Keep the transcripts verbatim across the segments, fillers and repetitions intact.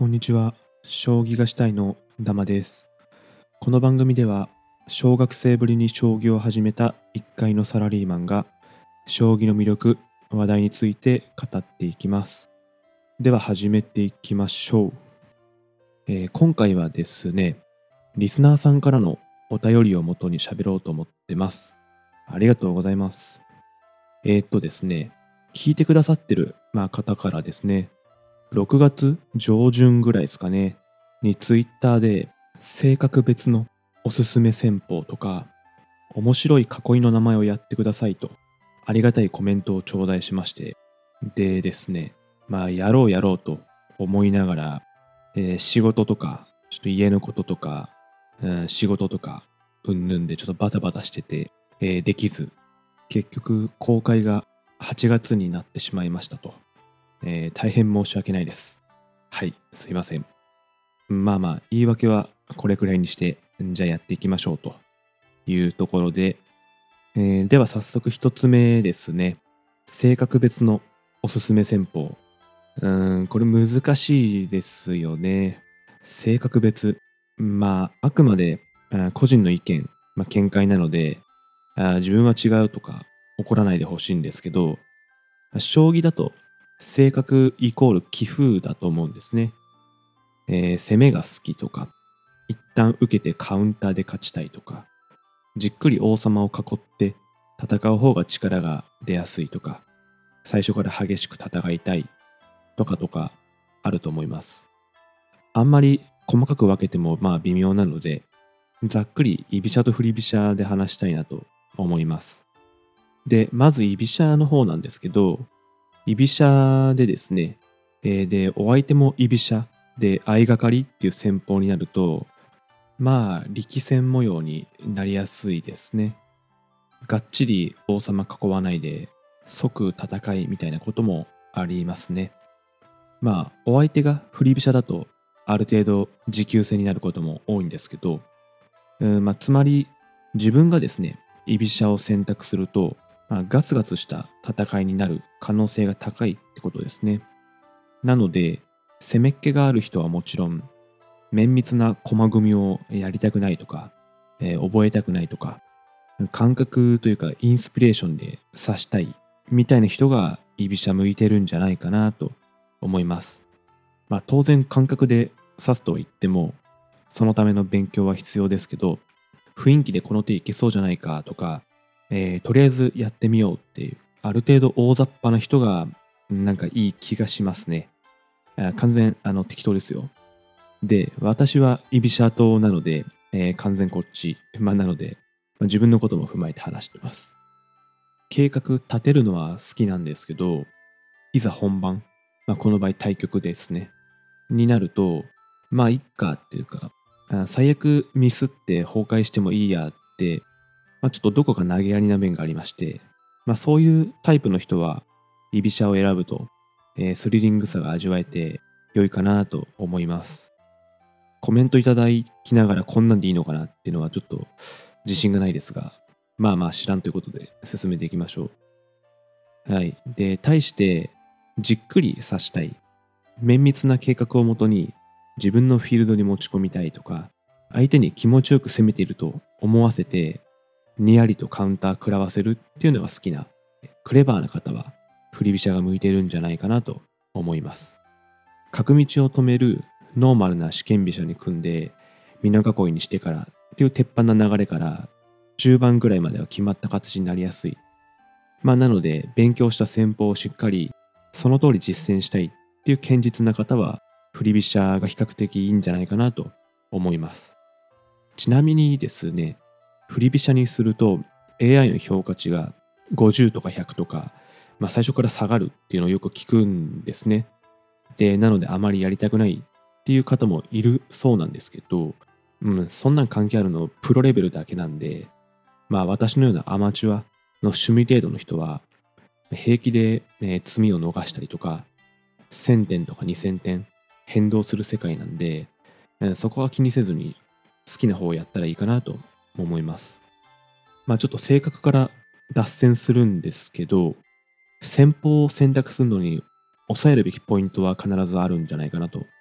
こんにちは。将棋がしたいのダマです。この番組では、小学生ぶりに将棋を始めた一階のサラリーマンが、将棋の魅力、話題について語っていきます。では始めていきましょう。えー今回はですね、リスナーさんからのお便りをもとに喋ろうと思ってます。ありがとうございます。えーっとですね、聞いてくださってる、まあ、方からですね、ろくがつ上旬ぐらいですかね、にツイッターで性格別のおすすめ戦法とか、面白い囲いの名前をやってくださいと、ありがたいコメントを頂戴しまして、でですね、まあ、やろうやろうと思いながら、えー仕事とか、ちょっと家のこととか、うん仕事とか、うんぬんでちょっとバタバタしてて、えーできず、結局公開がはちがつになってしまいましたと。えー大変申し訳ないです。はい、すいません。まあまあ、言い訳はこれくらいにして、じゃあやっていきましょうというところで、えーでは早速一つ目ですね。性格別のおすすめ戦法。うーん、これ難しいですよね。性格別。まあ、あくまであー個人の意見、まあ、見解なので、あー自分は違うとか怒らないでほしいんですけど、将棋だと性格イコール棋風だと思うんですね。えー攻めが好きとか、一旦受けてカウンターで勝ちたいとか、じっくり王様を囲って戦う方が力が出やすいとか、最初から激しく戦いたいとかとかあると思います。あんまり細かく分けてもまあ微妙なので、ざっくり居飛車と振り飛車で話したいなと思います。で、まず居飛車の方なんですけど、居飛車でですね、えーで、お相手も居飛車で相掛かりっていう戦法になると、まあ、力戦模様になりやすいですね。がっちり王様囲わないで、即戦いみたいなこともありますね。まあ、お相手が振り飛車だと、ある程度持久戦になることも多いんですけど、うんまあ、つまり自分がですね居飛車を選択すると、まあ、ガツガツした戦いになる可能性が高いってことですね。なので攻めっ気がある人はもちろん綿密な駒組みをやりたくないとか、えー覚えたくないとか、感覚というかインスピレーションで指したいみたいな人が居飛車向いてるんじゃないかなと思います。まあ当然感覚で指すとは言ってもそのための勉強は必要ですけど、雰囲気でこの手いけそうじゃないかとか、えーとりあえずやってみようっていうある程度大雑把な人がなんかいい気がしますね。あ完全あの適当ですよ。で私は居飛車党なので、えー完全こっち、まあ、なので、まあ自分のことも踏まえて話してます。計画立てるのは好きなんですけど、いざ本番、まあ、この場合対局ですねになると、まあいっかっていうか、あ最悪ミスって崩壊してもいいやって、まあ、ちょっとどこか投げやりな面がありまして、まあそういうタイプの人は居飛車を選ぶと、えースリリングさが味わえて良いかなと思います。コメントいただきながらこんなんでいいのかなっていうのはちょっと自信がないですが、まあまあ知らんということで進めていきましょう。はい。で、対してじっくり指したい。綿密な計画をもとに自分のフィールドに持ち込みたいとか、相手に気持ちよく攻めていると思わせて、にやりとカウンター食らわせるっていうのが好きな、クレバーな方は、振り飛車が向いてるんじゃないかなと思います。角道を止めるノーマルな四間飛車に組んで、美濃囲いにしてからっていう鉄板な流れから、中盤ぐらいまでは決まった形になりやすい。まあなので、勉強した戦法をしっかり、その通り実践したいっていう堅実な方は、振り飛車が比較的いいんじゃないかなと思います。ちなみにですね、振り飛車にすると エーアイ の評価値がごじゅうとかひゃくとか、まあ、最初から下がるっていうのをよく聞くんですね。で、なのであまりやりたくないっていう方もいるそうなんですけど、うん、そんなん関係あるのプロレベルだけなんで、まあ私のようなアマチュアの趣味程度の人は平気で、えー詰みを逃したりとか、せんてんとかにせんてん変動する世界なんで、えーそこは気にせずに好きな方をやったらいいかなと思います。まあちょっと性格から脱線するんですけど、戦法を選択するのに抑えるべきポイントは必ずあるんじゃないかなと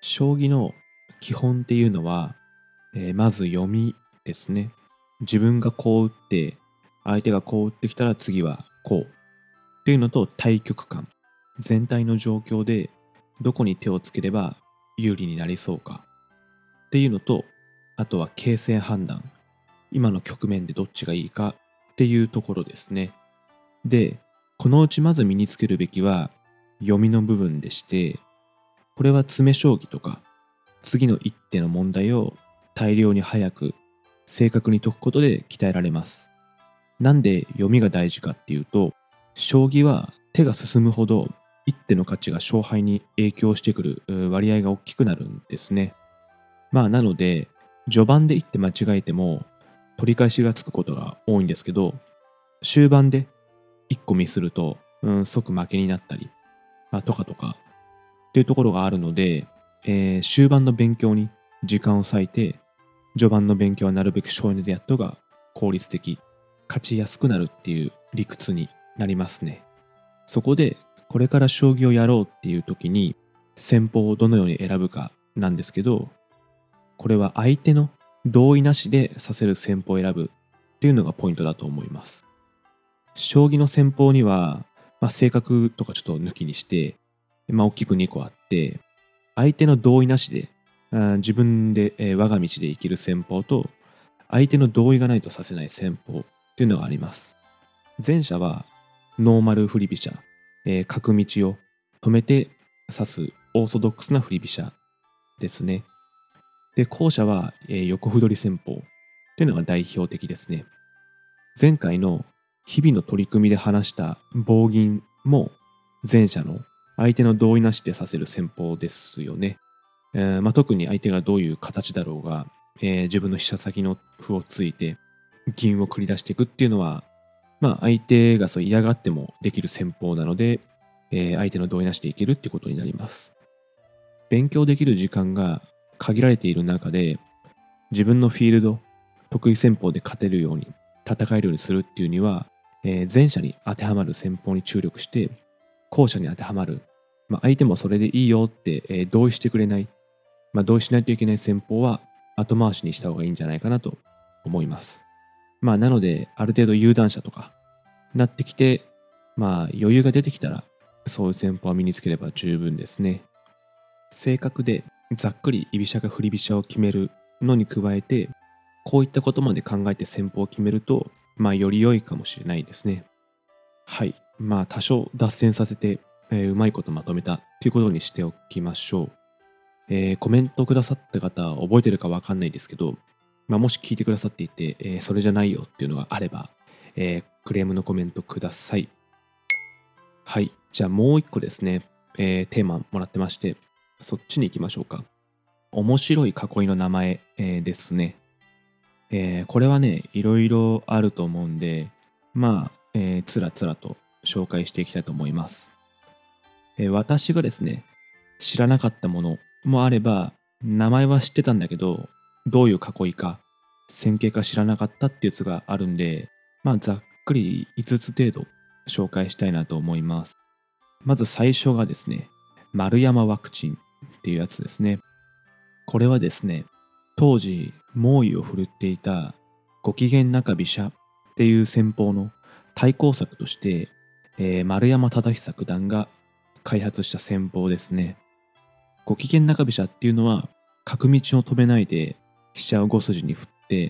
将棋の基本っていうのは、えーまず読みですね。自分がこう打って、相手がこう打ってきたら次はこうっていうのと、対局観、全体の状況でどこに手をつければ有利になりそうかっていうのと、あとは形勢判断、今の局面でどっちがいいかっていうところですね。で、このうちまず身につけるべきは読みの部分でして、これは詰め将棋とか次の一手の問題を大量に早く正確に解くことで鍛えられます。なんで読みが大事かっていうと、将棋は手が進むほど一手の価値が勝敗に影響してくるう割合が大きくなるんですね。まあなので、序盤で一手間違えても取り返しがつくことが多いんですけど、終盤で一個ミスると、うん、即負けになったり、まあ、とかとかっていうところがあるので、えー終盤の勉強に時間を割いて、序盤の勉強はなるべく省エネでやった方が効率的、勝ちやすくなるっていう理屈になりますね。そこで、これから将棋をやろうっていう時に、戦法をどのように選ぶかなんですけど、これは相手の同意なしで指せる戦法を選ぶっていうのがポイントだと思います。将棋の戦法には、まあ、性格とかちょっと抜きにして、まあ、大きくにこあって、相手の同意なしで、あー自分で、えー我が道で生きる戦法と、相手の同意がないとさせない戦法っていうのがあります。前者は、ノーマル振り飛車、えー角道を止めて指すオーソドックスな振り飛車ですね。で、後者は、えー横歩取り戦法っていうのが代表的ですね。前回の日々の取り組みで話した棒銀も前者の相手の同意なしで指せる戦法ですよね。えーまあ、特に相手がどういう形だろうが、えー自分の飛車先の歩をついて銀を繰り出していくっていうのは、まあ、相手がそう嫌がってもできる戦法なので、えー相手の同意なしでいけるってことになります。勉強できる時間が限られている中で、自分のフィールド、得意戦法で勝てるように、戦えるようにするっていうには、えー前者に当てはまる戦法に注力して、後者に当てはまる、まあ、相手もそれでいいよって、えー同意してくれない、まあ、同意しないといけない戦法は後回しにした方がいいんじゃないかなと思います。まあ、なので、ある程度有段者とかなってきて、まあ、余裕が出てきたら、そういう戦法は身につければ十分ですね。正確でざっくり居飛車か振り飛車を決めるのに加えて、こういったことまで考えて戦法を決めると、まあ、より良いかもしれないですね。はい。まあ、多少脱線させて、えーうまいことまとめたということにしておきましょう。えーコメントくださった方、覚えてるかわかんないですけど、まあ、もし聞いてくださっていて、えーそれじゃないよっていうのがあれば、えークレームのコメントください。はい。じゃあもう一個ですね、えーテーマもらってまして、そっちに行きましょうか。面白い囲いの名前、えーですね。えーこれはね、いろいろあると思うんで、まあ、えーつらつらと紹介していきたいと思います。えー私がですね、知らなかったものもあれば、名前は知ってたんだけど、どういう囲いか、線形か知らなかったっていうやつがあるんで、まあ、ざっくりいつつ程度紹介したいなと思います。まず最初がですね、丸山ワクチンっていうやつですね。これはですね、当時猛威を振るっていたご機嫌中飛車っていう戦法の対抗策として、えー丸山忠久九段が開発した戦法ですね。ご機嫌中飛車っていうのは角道を止めないで飛車をご筋に振って、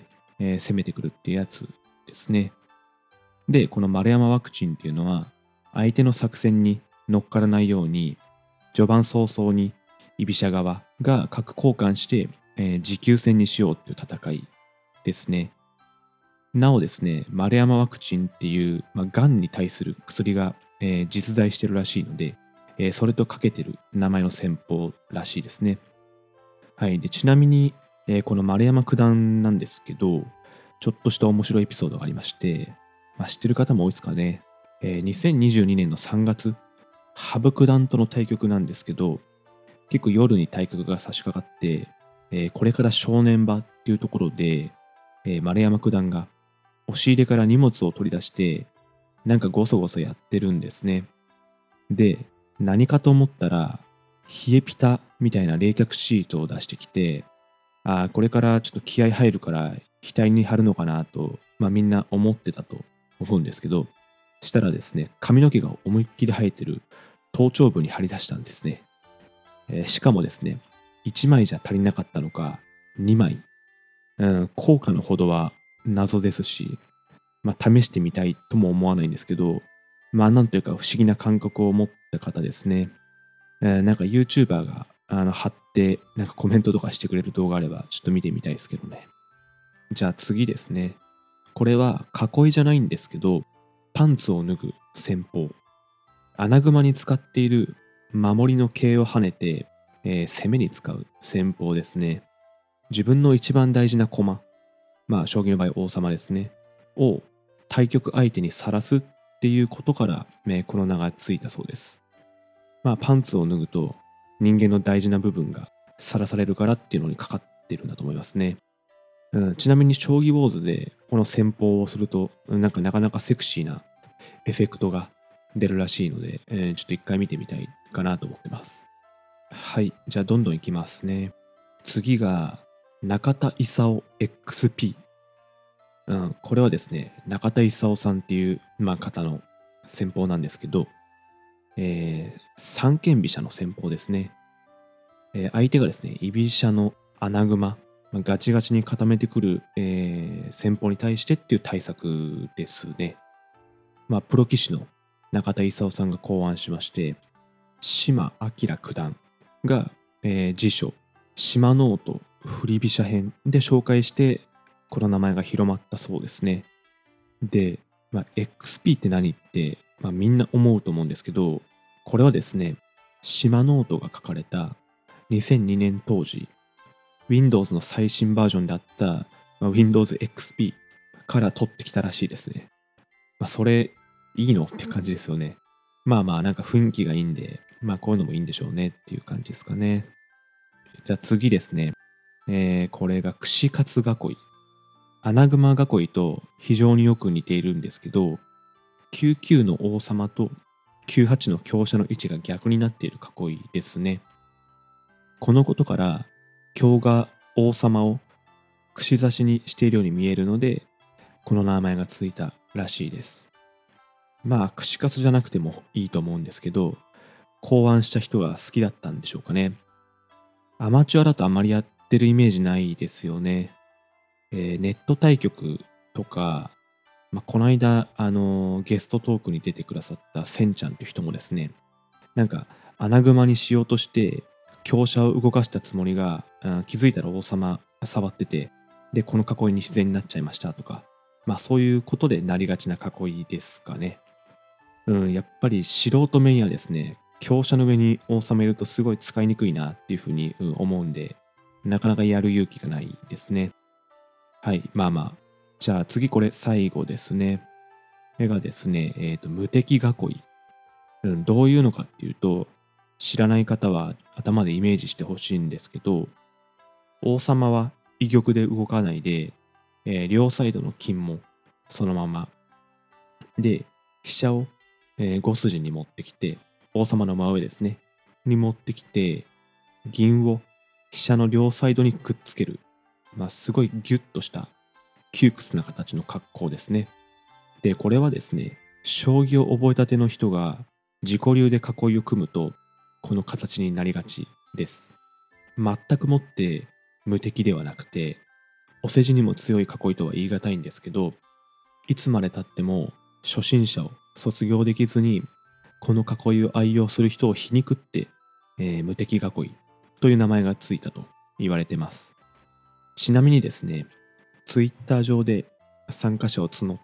えー攻めてくるっていうやつですね。で、この丸山ワクチンっていうのは相手の作戦に乗っからないように序盤早々に居飛車側が角交換して、えー持久戦にしようっていう戦いですね。なおですね、丸山ワクチンっていう、まあ、がんに対する薬が、えー実在してるらしいので、えーそれとかけてる名前の戦法らしいですね。はい。で、ちなみに、えーこの丸山九段なんですけど、ちょっとした面白いエピソードがありまして、まあ、知ってる方も多いですかね。えーにせんにじゅうにねんのさんがつ、羽生九段との対局なんですけど、結構夜に対局が差し掛かって、えーこれから正念場っていうところで、えー丸山九段が押し入れから荷物を取り出して、なんかゴソゴソやってるんですね。で、何かと思ったら、 冷えピタみたいな冷却シートを出してきて、あーこれからちょっと気合入るから額に貼るのかなと、まあ、みんな思ってたと思うんですけど、したらですね、髪の毛が思いっきり生えてる頭頂部に貼り出したんですね。えーしかもですね、いちまいじゃ足りなかったのかにまい、うん、効果のほどは謎ですし、まあ、試してみたいとも思わないんですけど、まあなんというか不思議な感覚を持った方ですね。えーなんか YouTuber があの貼ってなんかコメントとかしてくれる動画あればちょっと見てみたいですけどね。じゃあ次ですね。これは囲いじゃないんですけど、パンツを脱ぐ戦法。穴熊に使っている守りの桂を跳ねて、えー攻めに使う戦法ですね。自分の一番大事な駒、まあ将棋の場合王様ですね、を対局相手にさらすっていうことから、えーこの名がついたそうです。まあパンツを脱ぐと人間の大事な部分がさらされるからっていうのにかかってるんだと思いますね。うん、ちなみに将棋ウォーズでこの戦法をすると、うんなんかなかなかセクシーなエフェクトが出るらしいので、えーちょっと一回見てみたいかなと思ってます。はい、じゃあどんどんいきますね。次が中田勲 エックスピー。うん、これはですね、中田勲さんっていう、まあ、方の戦法なんですけど、えー、三間飛車の戦法ですね。えー相手がですね、居飛車の穴熊、まあガチガチに固めてくる、えー戦法に対してっていう対策ですね。まあ、プロ棋士の中田勲さんが考案しまして、島明九段が、えー辞書島ノート振り飛車編で紹介して、この名前が広まったそうですね。で、まあ、エックスピー って何って、まあ、みんな思うと思うんですけど、これはですね、島ノートが書かれたにせんにねん当時、Windows の最新バージョンであった、まあ、Windows エックスピー から取ってきたらしいですね。まあ、それ、いいのって感じですよね。まあまあ、なんか雰囲気がいいんで、まあこういうのもいいんでしょうねっていう感じですかね。じゃあ次ですね。えー、これが串カツ囲い。穴熊囲いと非常によく似ているんですけど、きゅうきゅうの王様ときゅうはちの香車の位置が逆になっている囲いですね。このことから香が王様を串刺しにしているように見えるので、この名前がついたらしいです。まあ串カツじゃなくてもいいと思うんですけど、考案した人が好きだったんでしょうかね。アマチュアだとあんまりやってるイメージないですよね。えーネット対局とか、まあ、この間、あのーゲストトークに出てくださったせんちゃんっていう人もですね、なんか穴熊にしようとして香車を動かしたつもりが、うん気づいたら王様触ってて、でこの囲いに自然になっちゃいましたとか、まあそういうことでなりがちな囲いですかね。うん、やっぱり素人目にはですね、香車の上に王様いるとすごい使いにくいなっていうふうに、うん思うんで、なかなかやる勇気がないですね。はい、まあまあ。じゃあ次これ最後ですね。これがですね、えっと、無敵囲い。うん、どういうのかっていうと、知らない方は頭でイメージしてほしいんですけど、王様は居玉で動かないで、えー両サイドの金もそのまま。で、飛車を、えご筋に持ってきて、王様の真上ですね。に持ってきて、銀を飛車の両サイドにくっつける。まあ、すごいギュッとした窮屈な形の格好ですね。で、これはですね、将棋を覚えたての人が自己流で囲いを組むと、この形になりがちです。全くもって無敵ではなくて、お世辞にも強い囲いとは言い難いんですけど、いつまでたっても初心者を卒業できずに、この囲いを愛用する人を皮肉って、えー無敵囲いという名前がついたと言われてます。ちなみにですね、ツイッター上で参加者を募って、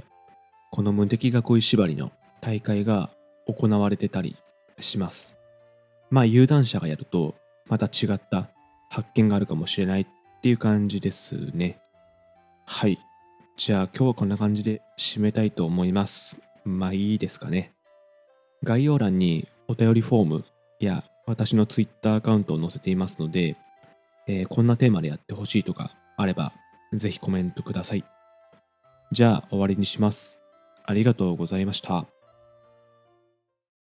この無敵囲い縛りの大会が行われてたりします。まあ有段者がやるとまた違った発見があるかもしれないっていう感じですね。はい。じゃあ今日はこんな感じで締めたいと思います。まあいいですかね。概要欄にお便りフォームや私のツイッターアカウントを載せていますので、えーこんなテーマでやってほしいとかあればぜひコメントください。じゃあ終わりにします。ありがとうございました。